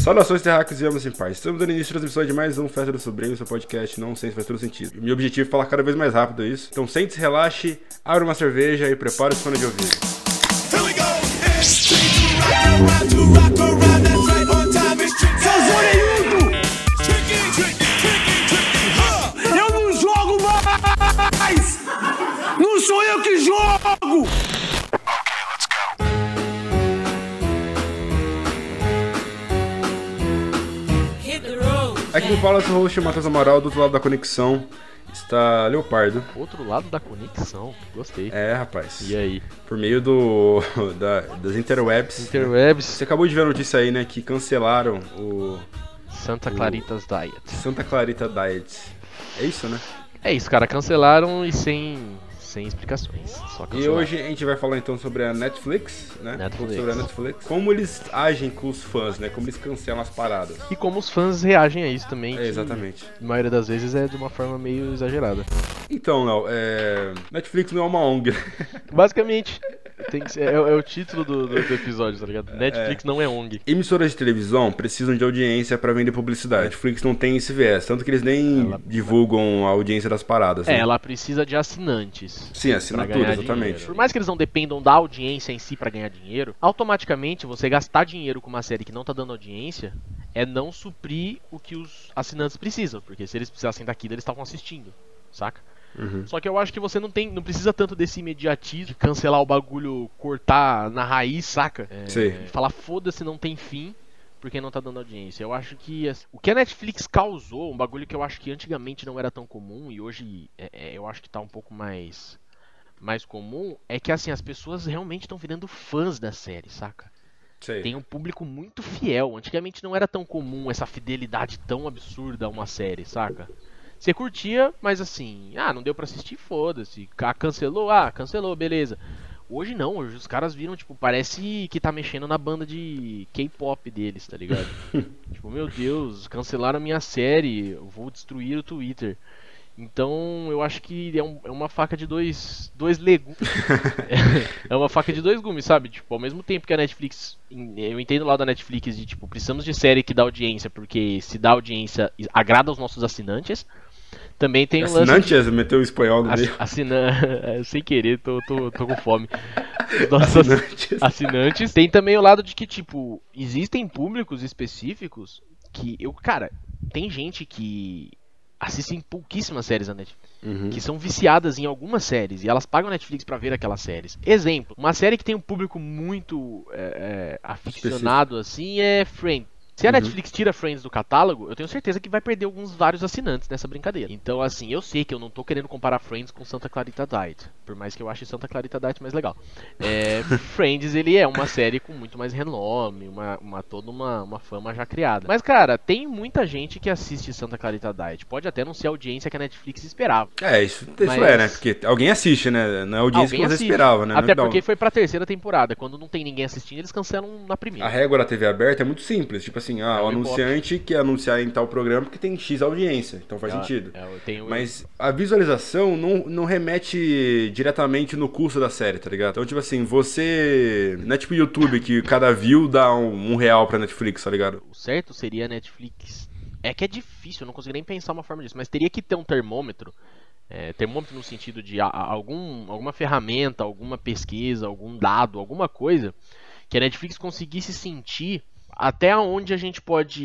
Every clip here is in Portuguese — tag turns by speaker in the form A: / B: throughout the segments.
A: Saudações terráqueos e ambos em paz. Estamos dando início à transmissão de mais um Festa do Sobrinho, seu podcast não sei se faz todo sentido. Meu objetivo é falar cada vez mais rápido isso. Então sente-se, relaxe, abra uma cerveja e prepare o fone de ouvido.
B: Seus orelhudos! Eu não jogo mais! Não sou eu que jogo!
A: Aqui quem fala é o seu host, Matheus Amaral, do outro lado da conexão está Leopardo.
C: Outro lado da conexão, gostei.
A: É, rapaz.
C: E aí?
A: Por meio das interwebs.
C: Interwebs.
A: Você acabou de ver a notícia aí, né, que cancelaram o
C: Santa Clarita's Diet.
A: Santa Clarita Diet. É isso, né?
C: É isso, cara, cancelaram e sem explicações. Só
A: E
C: cancelaram.
A: hoje a gente vai falar então sobre a Netflix, né?
C: Netflix.
A: Sobre a Netflix. Como eles agem com os fãs, né? Como eles cancelam as paradas.
C: E como os fãs reagem a isso também.
A: É, exatamente.
C: Na maioria das vezes é de uma forma meio exagerada.
A: Então, Léo, Netflix não é uma ONG.
C: Basicamente, tem que ser, é o título do episódio, tá ligado? Netflix não é ONG.
A: Emissoras de televisão precisam de audiência pra vender publicidade. Netflix não tem esse viés, tanto que eles nem divulgam a audiência das paradas. Né?
C: Ela precisa de assinantes.
A: Sim,
C: pra
A: assinatura,
C: ganhar
A: exatamente.
C: dinheiro. Por mais que eles não dependam da audiência em si pra ganhar dinheiro, automaticamente você gastar dinheiro com uma série que não tá dando audiência é não suprir o que os assinantes precisam, porque se eles precisassem daquilo, eles estavam assistindo, saca?
A: Uhum.
C: Só que eu acho que você não precisa tanto desse imediatismo de cancelar o bagulho, cortar na raiz, saca?
A: Sim.
C: Falar foda-se, não tem fim, porque não tá dando audiência. Eu acho que o que a Netflix causou, um bagulho que eu acho que antigamente não era tão comum e hoje eu acho que tá um pouco mais comum, é que assim, as pessoas realmente estão virando fãs da série, saca?
A: Sei.
C: Tem um público muito fiel. Antigamente não era tão comum essa fidelidade tão absurda a uma série, saca? Você curtia, mas assim, não deu pra assistir, foda-se. Cancelou, beleza. Hoje não, hoje os caras viram, tipo, parece que tá mexendo na banda de K-pop deles, tá ligado? Tipo, meu Deus, cancelaram a minha série, eu vou destruir o Twitter. Então, eu acho que é uma faca de dois legumes. É uma faca de dois gumes, sabe? Tipo, ao mesmo tempo que a Netflix... Eu entendo lá da Netflix de, tipo, precisamos de série que dá audiência, porque se dá audiência, agrada aos nossos assinantes. Também tem o lance...
A: Assinantes? Meteu o espanhol no meio.
C: Sem querer, tô com fome. Nossos assinantes. Tem também o lado de que, tipo, existem públicos específicos que... Cara, tem gente que... assistem pouquíssimas séries da Netflix, que são viciadas em algumas séries, e elas pagam a Netflix pra ver aquelas séries. Exemplo, uma série que tem um público muito aficionado assim é Friends. Se a Netflix tira Friends do catálogo, eu tenho certeza que vai perder vários assinantes nessa brincadeira. Então, assim, eu sei que eu não tô querendo comparar Friends com Santa Clarita Diet, por mais que eu ache Santa Clarita Diet mais legal. Friends, ele é uma série com muito mais renome, toda uma fama já criada. Mas, cara, tem muita gente que assiste Santa Clarita Diet. Pode até não ser a audiência que a Netflix esperava.
A: Isso né? Porque alguém assiste, né? Não é a audiência que você esperava, né?
C: Até porque foi pra terceira temporada. Quando não tem ninguém assistindo, eles cancelam na primeira.
A: A régua da TV aberta é muito simples. Tipo assim, o anunciante quer anunciar em tal programa porque tem X audiência. Então faz sentido. Mas a visualização não remete diretamente no custo da série, tá ligado? Então, tipo assim, você... Não é tipo YouTube que cada view dá um real pra Netflix, tá ligado?
C: O certo seria a Netflix... É que é difícil, eu não consigo nem pensar uma forma disso. Mas teria que ter um termômetro. Termômetro no sentido de alguma ferramenta, alguma pesquisa, algum dado, alguma coisa que a Netflix conseguisse sentir até onde a gente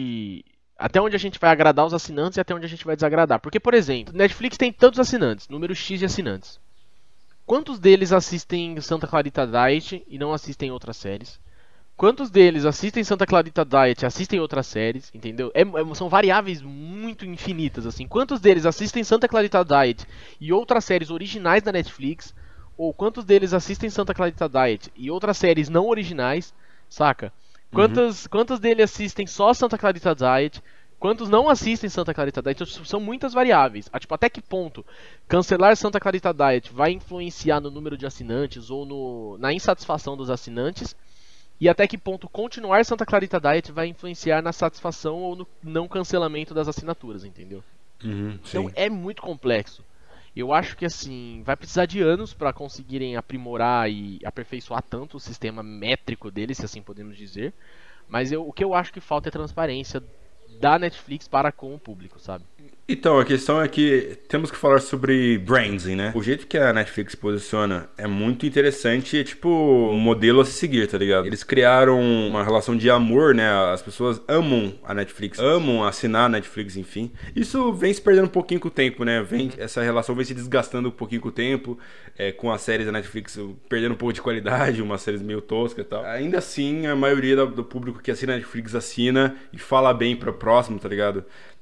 C: vai agradar os assinantes e até onde a gente vai desagradar. Porque, por exemplo, Netflix tem tantos assinantes, número X de assinantes. Quantos deles assistem Santa Clarita Diet e não assistem outras séries? Quantos deles assistem Santa Clarita Diet e assistem outras séries, entendeu? São variáveis muito infinitas, assim. Quantos deles assistem Santa Clarita Diet e outras séries originais da Netflix? Ou quantos deles assistem Santa Clarita Diet e outras séries não originais, saca? Quantos deles assistem só Santa Clarita Diet? Quantos não assistem Santa Clarita Diet? Então, são muitas variáveis. Tipo, até que ponto cancelar Santa Clarita Diet vai influenciar no número de assinantes ou na insatisfação dos assinantes? E até que ponto continuar Santa Clarita Diet vai influenciar na satisfação ou no não cancelamento das assinaturas, entendeu?
A: Sim.
C: Então é muito complexo. Eu acho que assim, vai precisar de anos para conseguirem aprimorar e aperfeiçoar tanto o sistema métrico deles, se assim podemos dizer. Mas o que eu acho que falta é transparência da Netflix para com o público, sabe?
A: Então, a questão é que temos que falar sobre branding, né? O jeito que a Netflix posiciona é muito interessante, é tipo um modelo a se seguir, tá ligado? Eles criaram uma relação de amor, né? As pessoas amam a Netflix, amam assinar a Netflix, enfim. Isso vem se perdendo um pouquinho com o tempo, né? Essa relação vem se desgastando um pouquinho com o tempo, com as séries da Netflix perdendo um pouco de qualidade, umas séries meio toscas e tal. Ainda assim, a maioria do público que assina a Netflix assina e fala bem pra próximo, tá ligado?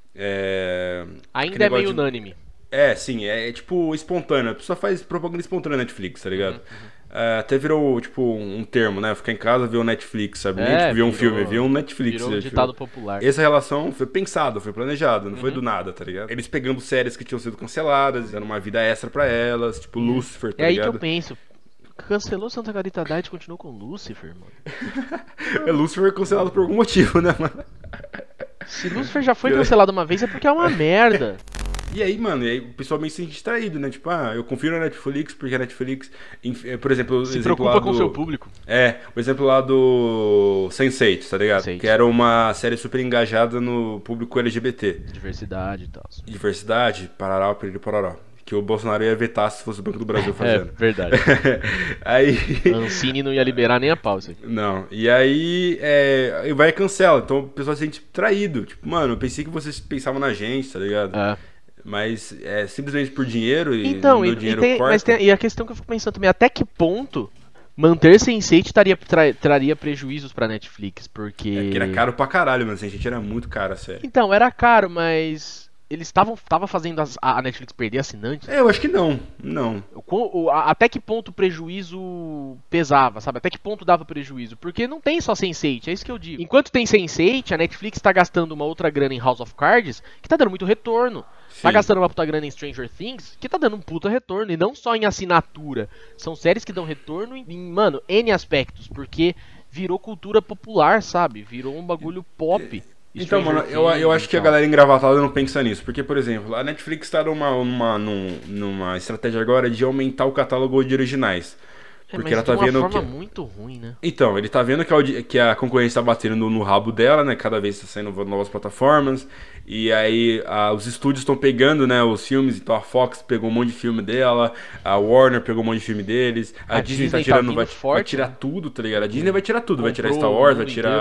C: Ainda é meio unânime.
A: Sim, é tipo espontâneo. A pessoa faz propaganda espontânea na Netflix, tá ligado? Até virou, tipo, um termo, né? Ficar em casa, ver o Netflix, sabe? Nem tipo, ver um filme, ver um Netflix.
C: Virou um ditado popular.
A: Essa relação foi pensada, foi planejada, não foi do nada, tá ligado? Eles pegando séries que tinham sido canceladas, dando uma vida extra pra elas, tipo Lucifer, tá ligado?
C: É aí que eu penso. Cancelou Santa Clarita Diet e continuou com Lucifer, mano.
A: Lucifer cancelado por algum motivo, né, mano?
C: Se Lucifer já foi cancelado uma vez é porque é uma merda.
A: E aí, mano, o pessoal meio se sente distraído, né? Tipo, eu confio na Netflix porque a Netflix, por exemplo...
C: Se preocupa com o seu público.
A: O exemplo lá do Sense8, tá ligado? Sense8. Que era uma série super engajada no público LGBT.
C: Diversidade e tal.
A: Diversidade, parará, pororó. Que o Bolsonaro ia vetar se fosse o Banco do Brasil fazendo.
C: Verdade.
A: Aí...
C: Ancine não ia liberar nem a pausa.
A: Não. E aí vai e cancela. Então o pessoal se sente traído. Tipo, mano, eu pensei que vocês pensavam na gente, tá ligado? Mas é simplesmente por dinheiro e
C: então,
A: meu dinheiro corta.
C: Mas e a questão que eu fico pensando também, até que ponto manter Sense8 traria prejuízos pra Netflix? Porque
A: era caro pra caralho, mano. Sense8 era muito caro, a série.
C: Então, era caro, mas... Eles estavam fazendo a Netflix perder assinantes?
A: Eu acho que não.
C: Até que ponto o prejuízo pesava, sabe? Até que ponto dava prejuízo? Porque não tem só Sense8, é isso que eu digo. Enquanto tem Sense8, a Netflix tá gastando uma outra grana em House of Cards, que tá dando muito retorno. Sim. Tá gastando uma puta grana em Stranger Things, que tá dando um puta retorno. E não só em assinatura. São séries que dão retorno em mano, N aspectos. Porque virou cultura popular, sabe? Virou um bagulho pop.
A: Então, mano, eu acho que a galera engravatada não pensa nisso. Porque, por exemplo, a Netflix tá numa estratégia agora de aumentar o catálogo de originais. Porque ela tá vendo
C: de uma forma muito ruim, né?
A: Então, ele tá vendo que a concorrência tá batendo no rabo dela, né? Cada vez tá saindo novas plataformas. E aí os estúdios estão pegando, né, os filmes. Então a Fox pegou um monte de filme dela, a Warner pegou um monte de filme deles. A Disney tá tirando, vai tirar tudo, tá ligado? A Disney vai tirar tudo, vai tirar Star Wars,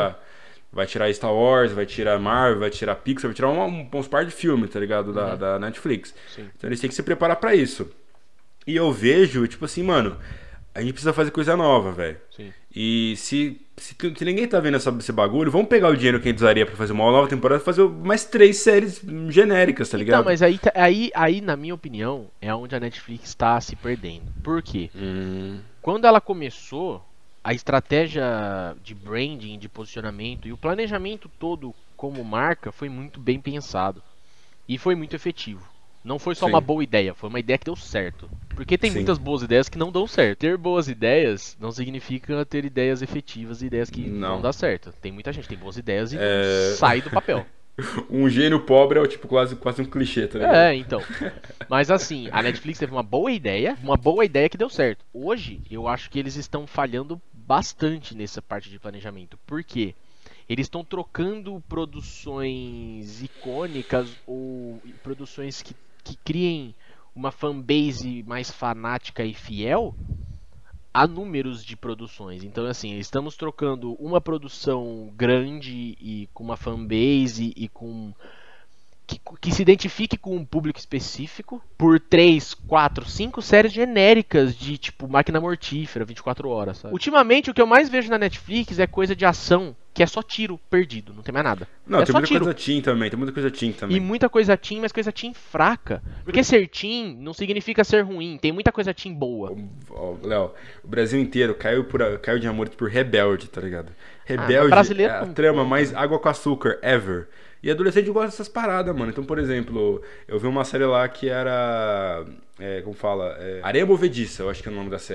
A: vai tirar Star Wars, vai tirar Marvel, vai tirar Pixar, vai tirar uns par de filmes, tá ligado? Da Netflix. Sim. Então eles têm que se preparar pra isso. E eu vejo, tipo assim, mano, a gente precisa fazer coisa nova, velho. E se ninguém tá vendo esse bagulho, vamos pegar o dinheiro que a gente usaria pra fazer uma nova temporada e fazer mais 3 séries genéricas, tá ligado?
C: Então, mas aí, na minha opinião, é onde a Netflix tá se perdendo. Por quê? Quando ela começou... A estratégia de branding, de posicionamento e o planejamento todo como marca foi muito bem pensado. E foi muito efetivo. Não foi só uma boa ideia, foi uma ideia que deu certo. Porque tem muitas boas ideias que não dão certo. Ter boas ideias não significa ter ideias efetivas e ideias que não dão certo. Tem muita gente que tem boas ideias e sai do papel.
A: Um gênio pobre é tipo quase um clichê, tá ligado?
C: Então. Mas assim, a Netflix teve uma boa ideia que deu certo. Hoje, eu acho que eles estão falhando bastante nessa parte de planejamento. Por quê? Eles estão trocando produções icônicas ou produções que criem uma fanbase mais fanática e fiel a números de produções. Então, assim, estamos trocando uma produção grande e com uma fanbase e com... Que se identifique com um público específico por 3, 4, 5 séries genéricas de tipo Máquina Mortífera, 24 horas, sabe? Ultimamente o que eu mais vejo na Netflix é coisa de ação, que é só tiro perdido, não tem mais nada.
A: Não, tem muita coisa teen também, tem muita coisa teen também.
C: E muita coisa teen, mas coisa teen fraca. Porque ser teen não significa ser ruim, tem muita coisa teen boa.
A: Léo, o Brasil inteiro caiu de amor por Rebelde, tá ligado? Rebelde é a trama mais água com açúcar ever. E adolescente gosta dessas paradas, mano. Então, por exemplo, eu vi uma série lá que era... como fala? Areia Movediça, eu acho que é o nome da série.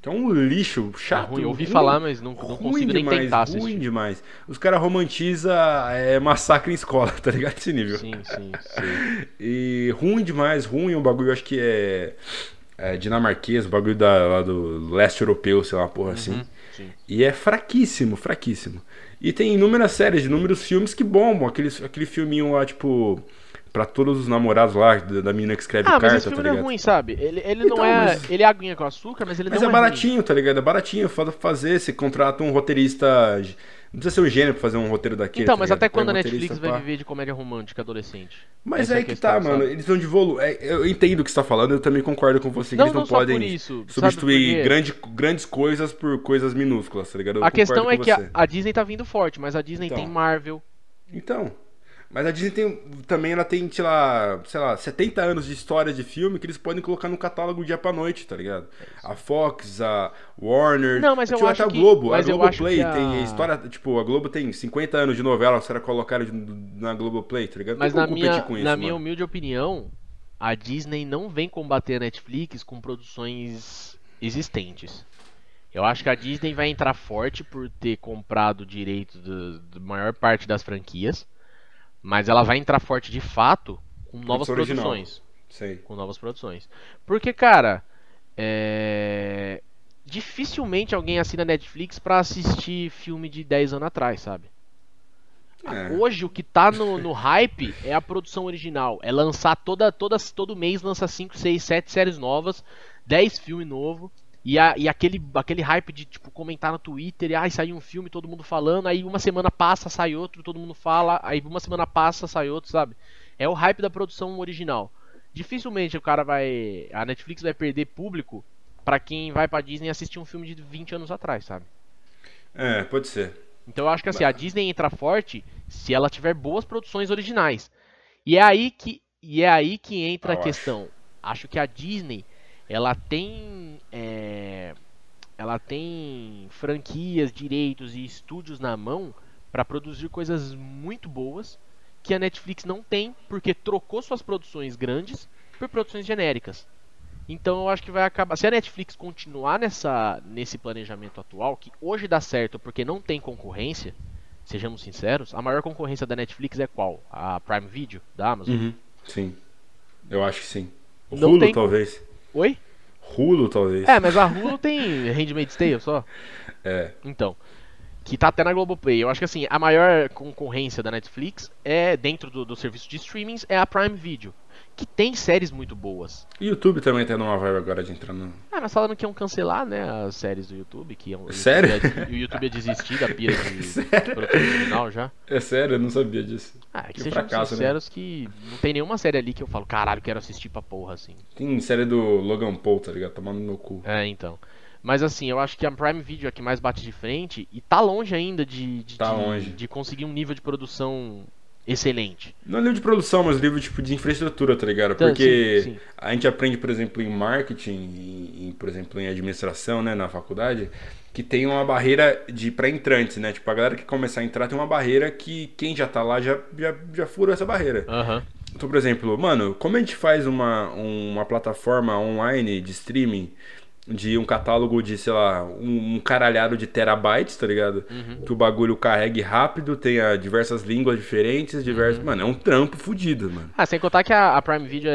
A: Que é um lixo chato.
C: Ruim. Eu ouvi falar, mas não consigo nem tentar assistir.
A: Ruim demais. Os caras romantizam massacre em escola, tá ligado? Esse nível.
C: Sim.
A: E ruim demais, ruim. Um bagulho, acho que é dinamarquês, o bagulho lá do leste europeu, sei lá, uma porra assim.
C: Sim.
A: E é fraquíssimo. E tem inúmeras séries, inúmeros filmes que bombam. Aquele filminho lá, tipo... Pra todos os namorados lá, da menina que escreve carta,
C: mas esse filme não é ruim, sabe? Ele não é... Mas... Ele é aguinha com açúcar, mas ele não é
A: baratinho,
C: ruim.
A: Tá ligado? É baratinho, fazer. Você contrata um roteirista... Não precisa ser um gênio pra fazer um roteiro daquele.
C: Então, mas até quando a Netflix vai viver de comédia romântica adolescente?
A: Mas é que tá, mano. Eles vão de volume. Eu entendo o que você tá falando, eu também concordo com você que eles não podem substituir grandes coisas por coisas minúsculas, tá ligado?
C: A questão é que a Disney tá vindo forte, mas a Disney tem Marvel.
A: Então... Mas a Disney ela tem, sei lá, 70 anos de história de filme que eles podem colocar no catálogo dia pra noite, tá ligado? A Fox, a Warner,
C: não, mas eu acho
A: até a Globo, a Globoplay tem história, tipo, a Globo tem 50 anos de novela, os caras colocaram na Globoplay, tá ligado?
C: Mas na minha humilde opinião, a Disney não vem combater a Netflix com produções existentes. Eu acho que a Disney vai entrar forte por ter comprado direito da maior parte das franquias. Mas ela vai entrar forte de fato com novas produções.
A: Sei.
C: Com novas produções. Porque, cara, dificilmente alguém assina Netflix pra assistir filme de 10 anos atrás, sabe? Hoje o que tá no hype é a produção original. É lançar todo mês lança 5, 6, 7 séries novas, 10 filmes novos. E aquele hype de, tipo, comentar no Twitter, e saiu um filme, todo mundo falando, aí uma semana passa, sai outro, todo mundo fala, aí uma semana passa, sai outro, sabe? É o hype da produção original. Dificilmente a Netflix vai perder público pra quem vai pra Disney assistir um filme de 20 anos atrás, sabe?
A: Pode ser.
C: Então eu acho que assim, a Disney entra forte se ela tiver boas produções originais. E é aí que entra a questão. Acho que a Disney... Ela tem franquias, direitos e estúdios na mão para produzir coisas muito boas que a Netflix não tem, porque trocou suas produções grandes por produções genéricas. Então eu acho que vai acabar... Se a Netflix continuar nesse planejamento atual, que hoje dá certo porque não tem concorrência, sejamos sinceros, a maior concorrência da Netflix é qual? A Prime Video da Amazon?
A: Sim, eu acho que sim. O Hulu talvez.
C: Oi?
A: Hulu, talvez.
C: Mas a Hulu tem Handmaid's Tale só. Então, que tá até na Globoplay. Eu acho que assim, a maior concorrência da Netflix dentro do serviço de streamings é a Prime Video, que tem séries muito boas.
A: E o YouTube também tá numa vibe agora de entrar no...
C: mas falando que iam cancelar, né, as séries do YouTube, que
A: sério?
C: O YouTube ia desistir da pira de produção original já.
A: É sério? Eu não sabia disso.
C: Que sejam sinceros, né? Que não tem nenhuma série ali que eu falo, caralho, quero assistir pra porra, assim.
A: Tem série do Logan Paul, tá ligado? Tomando no meu cu.
C: Então. Mas assim, eu acho que a Prime Video é a que mais bate de frente e tá longe ainda de conseguir um nível de produção excelente.
A: Não é nível de produção, mas nível tipo de infraestrutura, tá ligado?
C: Então,
A: porque
C: sim.
A: A gente aprende, por exemplo, em marketing, por exemplo, em administração, né, na faculdade, que tem uma barreira pra entrantes, né? Tipo, a galera que começar a entrar tem uma barreira que quem já tá lá já furou essa barreira. Então, por exemplo, mano, como a gente faz uma plataforma online de streaming de um catálogo de, sei lá, um caralhado de terabytes, tá ligado? Que o bagulho carregue rápido, tenha diversas línguas diferentes, Mano, é um trampo fudido, mano.
C: Sem contar que a Prime Video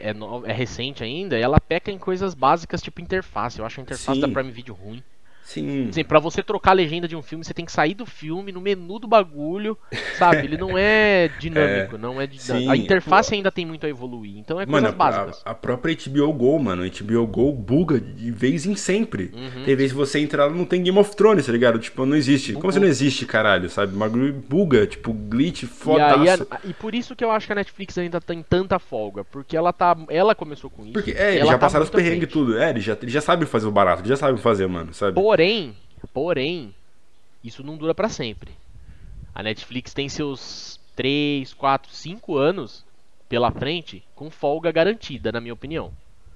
C: é recente ainda, e ela peca em coisas básicas, tipo interface. Eu acho a interface da Prime Video ruim.
A: Sim.
C: Assim, pra você trocar a legenda de um filme, você tem que sair do filme, no menu do bagulho, sabe? Ele não é dinâmico, não é dinâmico. A interface ainda tem muito a evoluir, então é coisas básicas.
A: A própria HBO Go, mano, a HBO Go buga de vez em sempre. Tem vezes que você entra lá não tem Game of Thrones, tá ligado? Tipo, não existe. Como assim não existe, caralho, sabe? O bagulho buga, tipo, glitch fodaço.
C: E por isso que eu acho que a Netflix ainda tem tanta folga, porque ela começou com isso.
A: Porque, eles já passaram os perrengues e tudo. Eles já sabem fazer o barato, eles já sabem fazer, mano, sabe?
C: Porém, isso não dura pra sempre. A Netflix tem seus 3, 4, 5 anos pela frente com folga garantida, na minha opinião.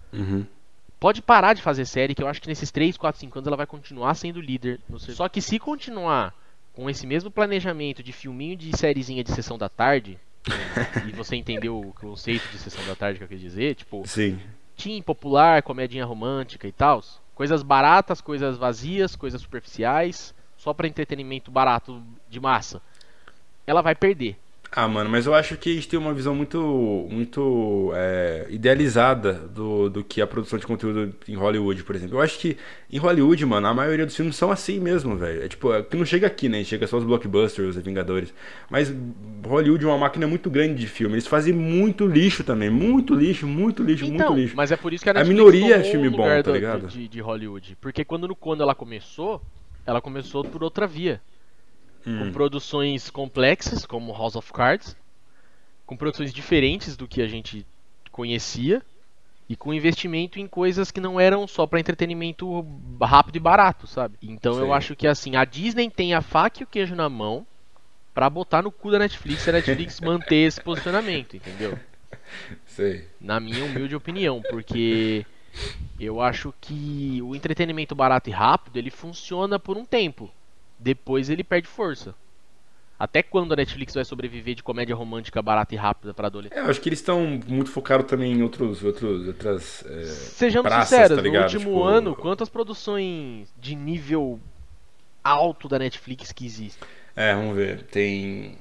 C: Pode parar de fazer série, que eu acho que nesses 3, 4, 5 anos ela vai continuar sendo líder no serviço. Só que se continuar com esse mesmo planejamento de filminho de sériezinha de sessão da tarde, e você entendeu o conceito de sessão da tarde que eu quis dizer, tipo,
A: sim,
C: teen popular, comedinha romântica e tal, coisas baratas, coisas vazias, coisas superficiais, só pra entretenimento barato de massa, ela vai perder.
A: Ah, mano, mas eu acho que a gente tem uma visão muito idealizada do que a produção de conteúdo em Hollywood, por exemplo. Eu acho que em Hollywood, mano, a maioria dos filmes são assim mesmo, velho. É tipo, que não chega aqui, né? Chega só os blockbusters, os Vingadores. Mas Hollywood é uma máquina muito grande de filme. Eles fazem muito lixo também. Muito lixo, muito lixo,
C: então,
A: muito lixo.
C: Mas é por isso que a Netflix
A: minoria é filme bom, tá ligado?
C: De Hollywood. Porque quando ela começou por outra via. Com produções complexas, como House of Cards, com produções diferentes do que a gente conhecia, e com investimento em coisas que não eram só para entretenimento rápido e barato, sabe? Então eu acho que assim, a Disney tem a faca e o queijo na mão pra botar no cu da Netflix e a Netflix manter esse posicionamento, entendeu?
A: Sei.
C: Na minha humilde opinião, porque eu acho que o entretenimento barato e rápido, ele funciona por um tempo. Depois ele perde força. Até quando a Netflix vai sobreviver de comédia romântica barata e rápida pra adolescente?
A: Eu acho que eles estão muito focados também em outras
C: Sejamos
A: praças,
C: sinceros,
A: tá ligado?
C: no último ano, quantas produções de nível alto da Netflix que existem?
A: Vamos ver. Tem...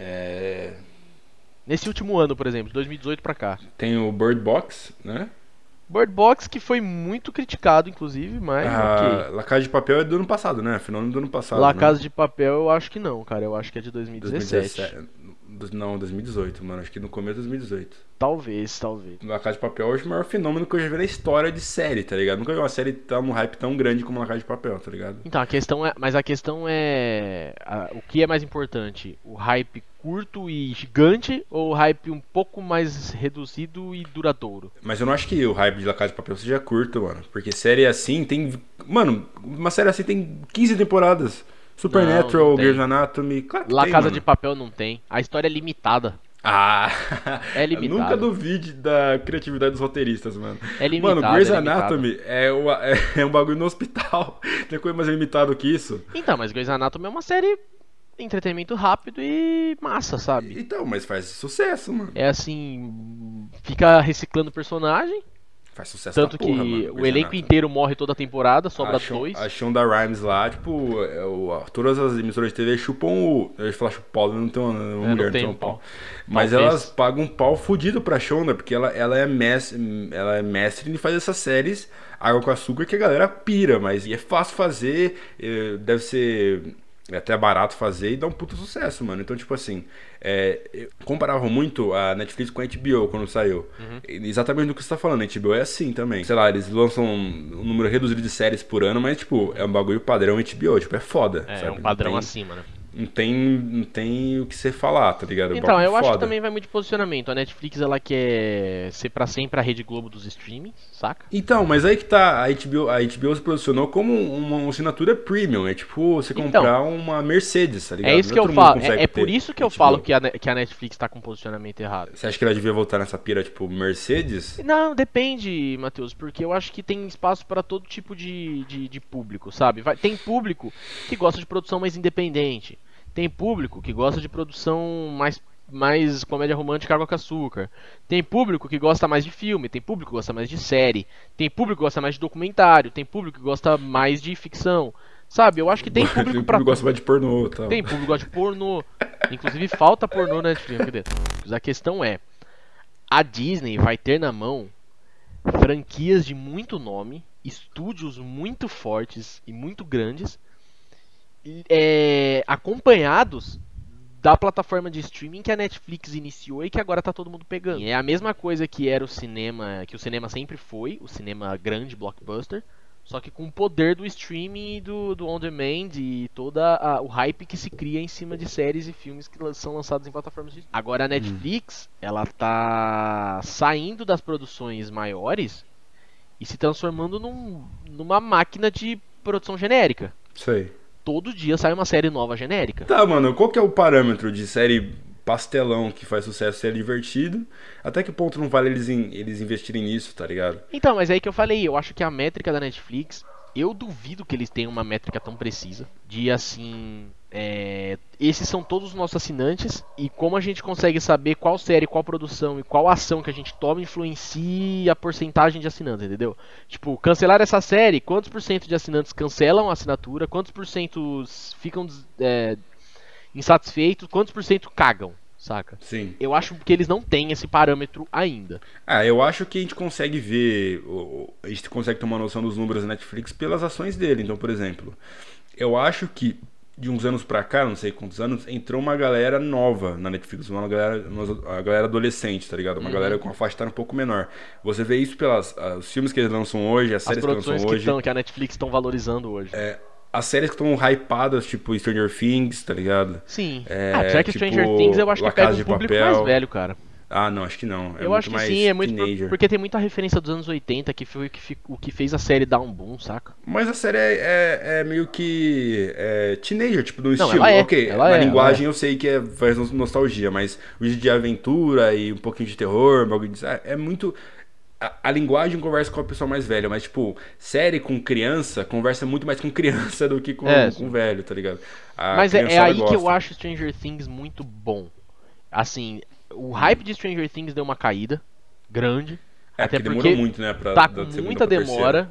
C: Nesse último ano, por exemplo, de 2018 pra cá.
A: Tem o Bird Box, né?
C: Bird Box, que foi muito criticado, inclusive, mas ok.
A: La Casa de Papel é do ano passado, né? Final do ano passado.
C: La Casa de Papel eu acho que não, cara. Eu acho que é de 2017.
A: Não, 2018, mano. Acho que no começo de 2018.
C: Talvez.
A: La Casa de Papel é o maior fenômeno que eu já vi na história de série, tá ligado? Nunca vi uma série um hype tão grande como La Casa de Papel, tá ligado?
C: Então, a questão é... o que é mais importante? O hype curto e gigante ou o hype um pouco mais reduzido e duradouro?
A: Mas eu não acho que o hype de La Casa de Papel seja curto, mano. Porque série assim tem... Mano, uma série assim tem 15 temporadas. Supernatural, Grey's Anatomy... Claro que
C: La
A: tem,
C: Casa
A: mano.
C: de Papel não tem. A história é limitada.
A: É
C: limitado.
A: Nunca duvide da criatividade dos roteiristas, mano.
C: É limitado.
A: Mano, Grey's Anatomy é um bagulho no hospital. Tem coisa mais limitado que isso.
C: Então, mas Grey's Anatomy é uma série de entretenimento rápido e massa, sabe?
A: Então, mas faz sucesso, mano.
C: É assim, fica reciclando personagem.
A: Faz sucesso.
C: Tanto que o elenco inteiro morre toda a temporada, sobra dois.
A: A Shonda Rhimes lá, tipo, todas as emissoras de TV chupam eu ia falar chupau, não tem uma mulher, não tem um pau. Mas elas pagam um pau fudido pra Shonda, porque ela é mestre em fazer essas séries água com açúcar que a galera pira, mas é fácil fazer, deve ser até barato fazer e dá um puto sucesso, mano. Então, tipo assim, comparavam muito a Netflix com a HBO quando saiu. Exatamente do que você tá falando, a HBO é assim também. Sei lá, eles lançam um número reduzido de séries por ano, mas, tipo, é um bagulho padrão HBO, tipo, é foda.
C: É,
A: sabe?
C: é um padrão acima, né?
A: Não tem o que você falar, tá ligado?
C: Então, eu acho que também vai muito de posicionamento. A Netflix, ela quer ser pra sempre a Rede Globo dos streamings, saca?
A: Então, mas aí que tá, a HBO se posicionou como uma assinatura premium. É tipo você comprar uma Mercedes, tá ligado?
C: É isso que eu falo. É por isso que eu falo que a Netflix tá com um posicionamento errado.
A: Você acha que ela devia voltar nessa pira, tipo, Mercedes?
C: Não, depende, Matheus, porque eu acho que tem espaço pra todo tipo de público, sabe? Tem público que gosta de produção mais independente. Tem público que gosta de produção mais comédia romântica, água com açúcar. Tem público que gosta mais de filme, tem público que gosta mais de série, tem público que gosta mais de documentário, tem público que gosta mais de ficção. Sabe, eu acho que tem público pra...
A: Tem público que gosta mais de pornô, tal.
C: Tem público que gosta de pornô. Inclusive falta pornô na Netflix. A questão é, a Disney vai ter na mão franquias de muito nome, estúdios muito fortes e muito grandes, acompanhados da plataforma de streaming que a Netflix iniciou e que agora tá todo mundo pegando. É a mesma coisa que era o cinema, que o cinema sempre foi, o cinema grande, blockbuster, só que com o poder do streaming e do on-demand e todo o hype que se cria em cima de séries e filmes que são lançados em plataformas de streaming. Agora a Netflix, ela tá saindo das produções maiores e se transformando numa máquina de produção genérica.
A: Sei.
C: Todo dia sai uma série nova genérica.
A: Tá, mano, qual que é o parâmetro de série pastelão que faz sucesso, série divertido? Até que ponto não vale eles investirem nisso, tá ligado?
C: Então, mas é aí que eu falei, eu acho que a métrica da Netflix, eu duvido que eles tenham uma métrica tão precisa de, assim, esses são todos os nossos assinantes, e como a gente consegue saber qual série, qual produção e qual ação que a gente toma influencia a porcentagem de assinantes, entendeu? Tipo, cancelar essa série, quantos por cento de assinantes cancelam a assinatura, quantos por cento ficam insatisfeitos, quantos por cento cagam, saca?
A: Sim.
C: Eu acho que eles não têm esse parâmetro ainda.
A: Eu acho que a gente consegue ver, a gente consegue ter uma noção dos números da Netflix pelas ações dele. Então, por exemplo, eu acho que de uns anos pra cá, não sei quantos anos, entrou uma galera nova na Netflix, uma galera adolescente, tá ligado? Uma galera com uma faixa etária um pouco menor. Você vê isso pelos filmes que eles lançam hoje, as séries que lançam hoje.
C: Que a Netflix estão valorizando hoje.
A: As séries que estão hypadas, tipo Stranger Things, tá ligado?
C: Sim. Apesar que Stranger Things eu acho que pega um público mais velho, cara.
A: Não, acho que não.
C: Eu acho que sim, é muito porque tem muita referência dos anos 80, que foi o que fez a série dar um boom, saca?
A: Mas a série é meio que teenager, tipo, do estilo. Na linguagem eu sei que faz nostalgia, mas o de aventura e um pouquinho de terror, é muito... A linguagem conversa com a pessoa mais velha, mas, tipo, série com criança conversa muito mais com criança do que com velho, tá ligado?
C: Mas é aí que eu acho Stranger Things muito bom. Assim, o hype de Stranger Things deu uma caída grande. Até porque
A: demorou muito, né?
C: Tá com muita demora.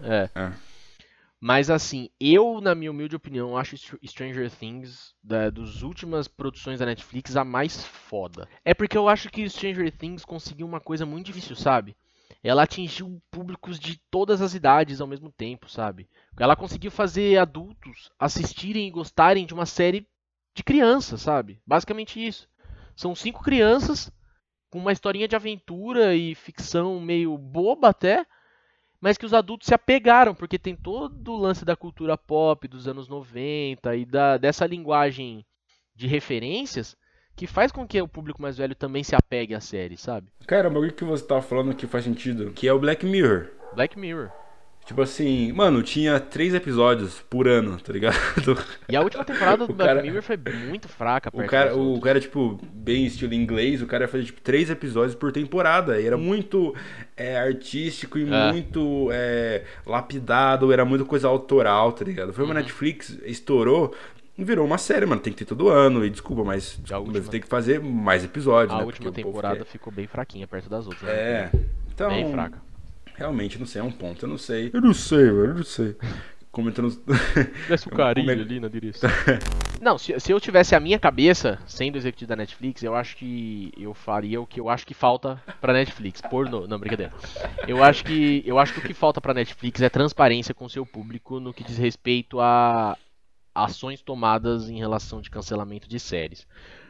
C: Mas assim, eu, na minha humilde opinião, acho Stranger Things, das últimas produções da Netflix, a mais foda. É porque eu acho que Stranger Things conseguiu uma coisa muito difícil, sabe? Ela atingiu públicos de todas as idades ao mesmo tempo, sabe? Ela conseguiu fazer adultos assistirem e gostarem de uma série de criança, sabe? Basicamente isso. São 5 crianças com uma historinha de aventura e ficção meio boba até, mas que os adultos se apegaram, porque tem todo o lance da cultura pop dos anos 90 e dessa linguagem de referências que faz com que o público mais velho também se apegue à série, sabe?
A: Cara, o bagulho que você tava falando que faz sentido, que é o Black Mirror.
C: Black Mirror.
A: Tipo assim, mano, tinha 3 episódios por ano, tá ligado?
C: E a última temporada do Black Mirror foi muito fraca.
A: O cara, tipo, bem estilo inglês, o cara ia fazer, tipo, 3 episódios por temporada. E era muito artístico e muito lapidado, era muita coisa autoral, tá ligado? Foi uma Netflix, estourou, virou uma série, mano. Tem que ter todo ano. E desculpa, mas tem que fazer mais episódios,
C: né?
A: A
C: última temporada ficou bem fraquinha perto das outras.
A: Então...
C: Bem fraca.
A: Realmente, não sei, é um ponto. Eu não sei, velho, eu não sei. Comentando...
C: Tivesse o carinho ali na direção. Não, se eu tivesse a minha cabeça, sendo executivo da Netflix, eu acho que eu faria o que eu acho que falta pra Netflix. Pornô. Não, brincadeira. Eu acho que o que falta pra Netflix é transparência com o seu público no que diz respeito a ações tomadas em relação de cancelamento de séries.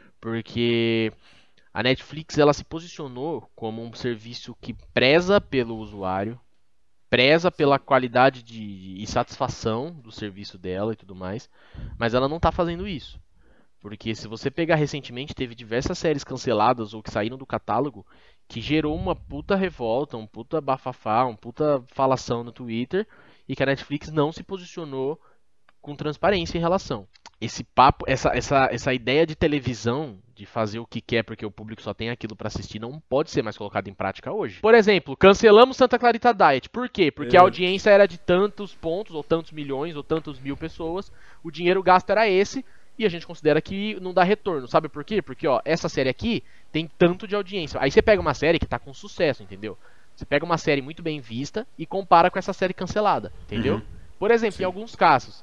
C: Porque a Netflix, ela se posicionou como um serviço que preza pelo usuário, preza pela qualidade e satisfação do serviço dela e tudo mais, mas ela não está fazendo isso. Porque se você pegar recentemente, teve diversas séries canceladas ou que saíram do catálogo que gerou uma puta revolta, um puta bafafá, um puta falação no Twitter, e que a Netflix não se posicionou com transparência em relação. Esse papo, essa ideia de televisão, de fazer o que quer porque o público só tem aquilo pra assistir, não pode ser mais colocada em prática hoje. Por exemplo, cancelamos Santa Clarita Diet. Por quê? Porque a audiência era de tantos pontos, ou tantos milhões, ou tantos mil pessoas, o dinheiro gasto era esse, e a gente considera que não dá retorno. Sabe por quê? Porque, essa série aqui tem tanto de audiência. Aí você pega uma série que tá com sucesso, entendeu? Você pega uma série muito bem vista e compara com essa série cancelada, entendeu? Por exemplo, em alguns casos,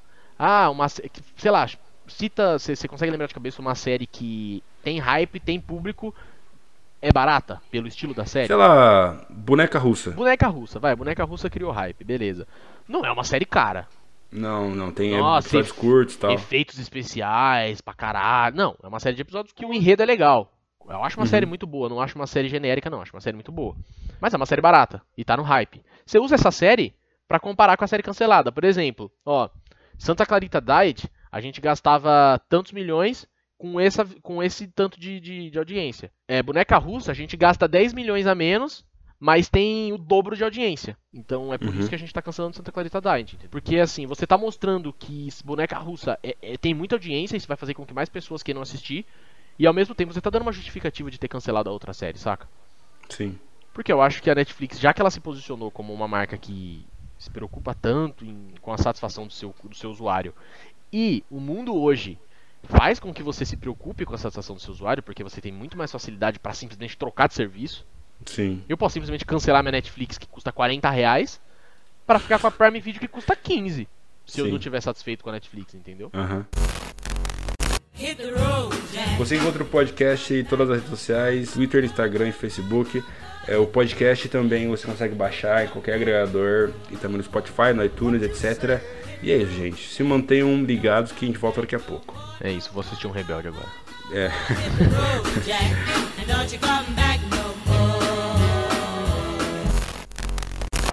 C: sei lá, você consegue lembrar de cabeça uma série que tem hype, tem público, é barata pelo estilo da série?
A: Sei lá, Boneca Russa.
C: Boneca Russa criou hype, beleza. Não é uma série cara.
A: Não, tem episódios curtos e tal.
C: Efeitos especiais pra caralho. Não, é uma série de episódios que o enredo é legal. Eu acho uma série muito boa, não acho uma série genérica, não. Acho uma série muito boa. Mas é uma série barata e tá no hype. Você usa essa série pra comparar com a série cancelada. Por exemplo, Santa Clarita Diet, a gente gastava tantos milhões com esse tanto de audiência. Boneca Russa, a gente gasta 10 milhões a menos, mas tem o dobro de audiência. Então é por isso que a gente tá cancelando Santa Clarita Diet. Entendeu? Porque assim, você tá mostrando que Boneca Russa tem muita audiência, isso vai fazer com que mais pessoas queiram assistir, e ao mesmo tempo você tá dando uma justificativa de ter cancelado a outra série, saca?
A: Sim.
C: Porque eu acho que a Netflix, já que ela se posicionou como uma marca que se preocupa tanto com a satisfação do seu usuário, e o mundo hoje faz com que você se preocupe com a satisfação do seu usuário, porque você tem muito mais facilidade para simplesmente trocar de serviço.
A: Sim.
C: Eu posso simplesmente cancelar minha Netflix, que custa R$40, para ficar com a Prime Video, que custa 15, se eu não estiver satisfeito com a Netflix, entendeu?
A: Você encontra o podcast em todas as redes sociais, Twitter, Instagram e Facebook. O podcast também você consegue baixar em qualquer agregador e também no Spotify, no iTunes, etc. E é isso, gente. Se mantenham ligados que a gente volta daqui a pouco.
C: É isso, vou assistir um Rebelde agora.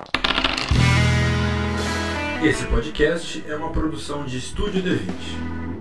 C: Esse podcast é uma produção de Estúdio D20.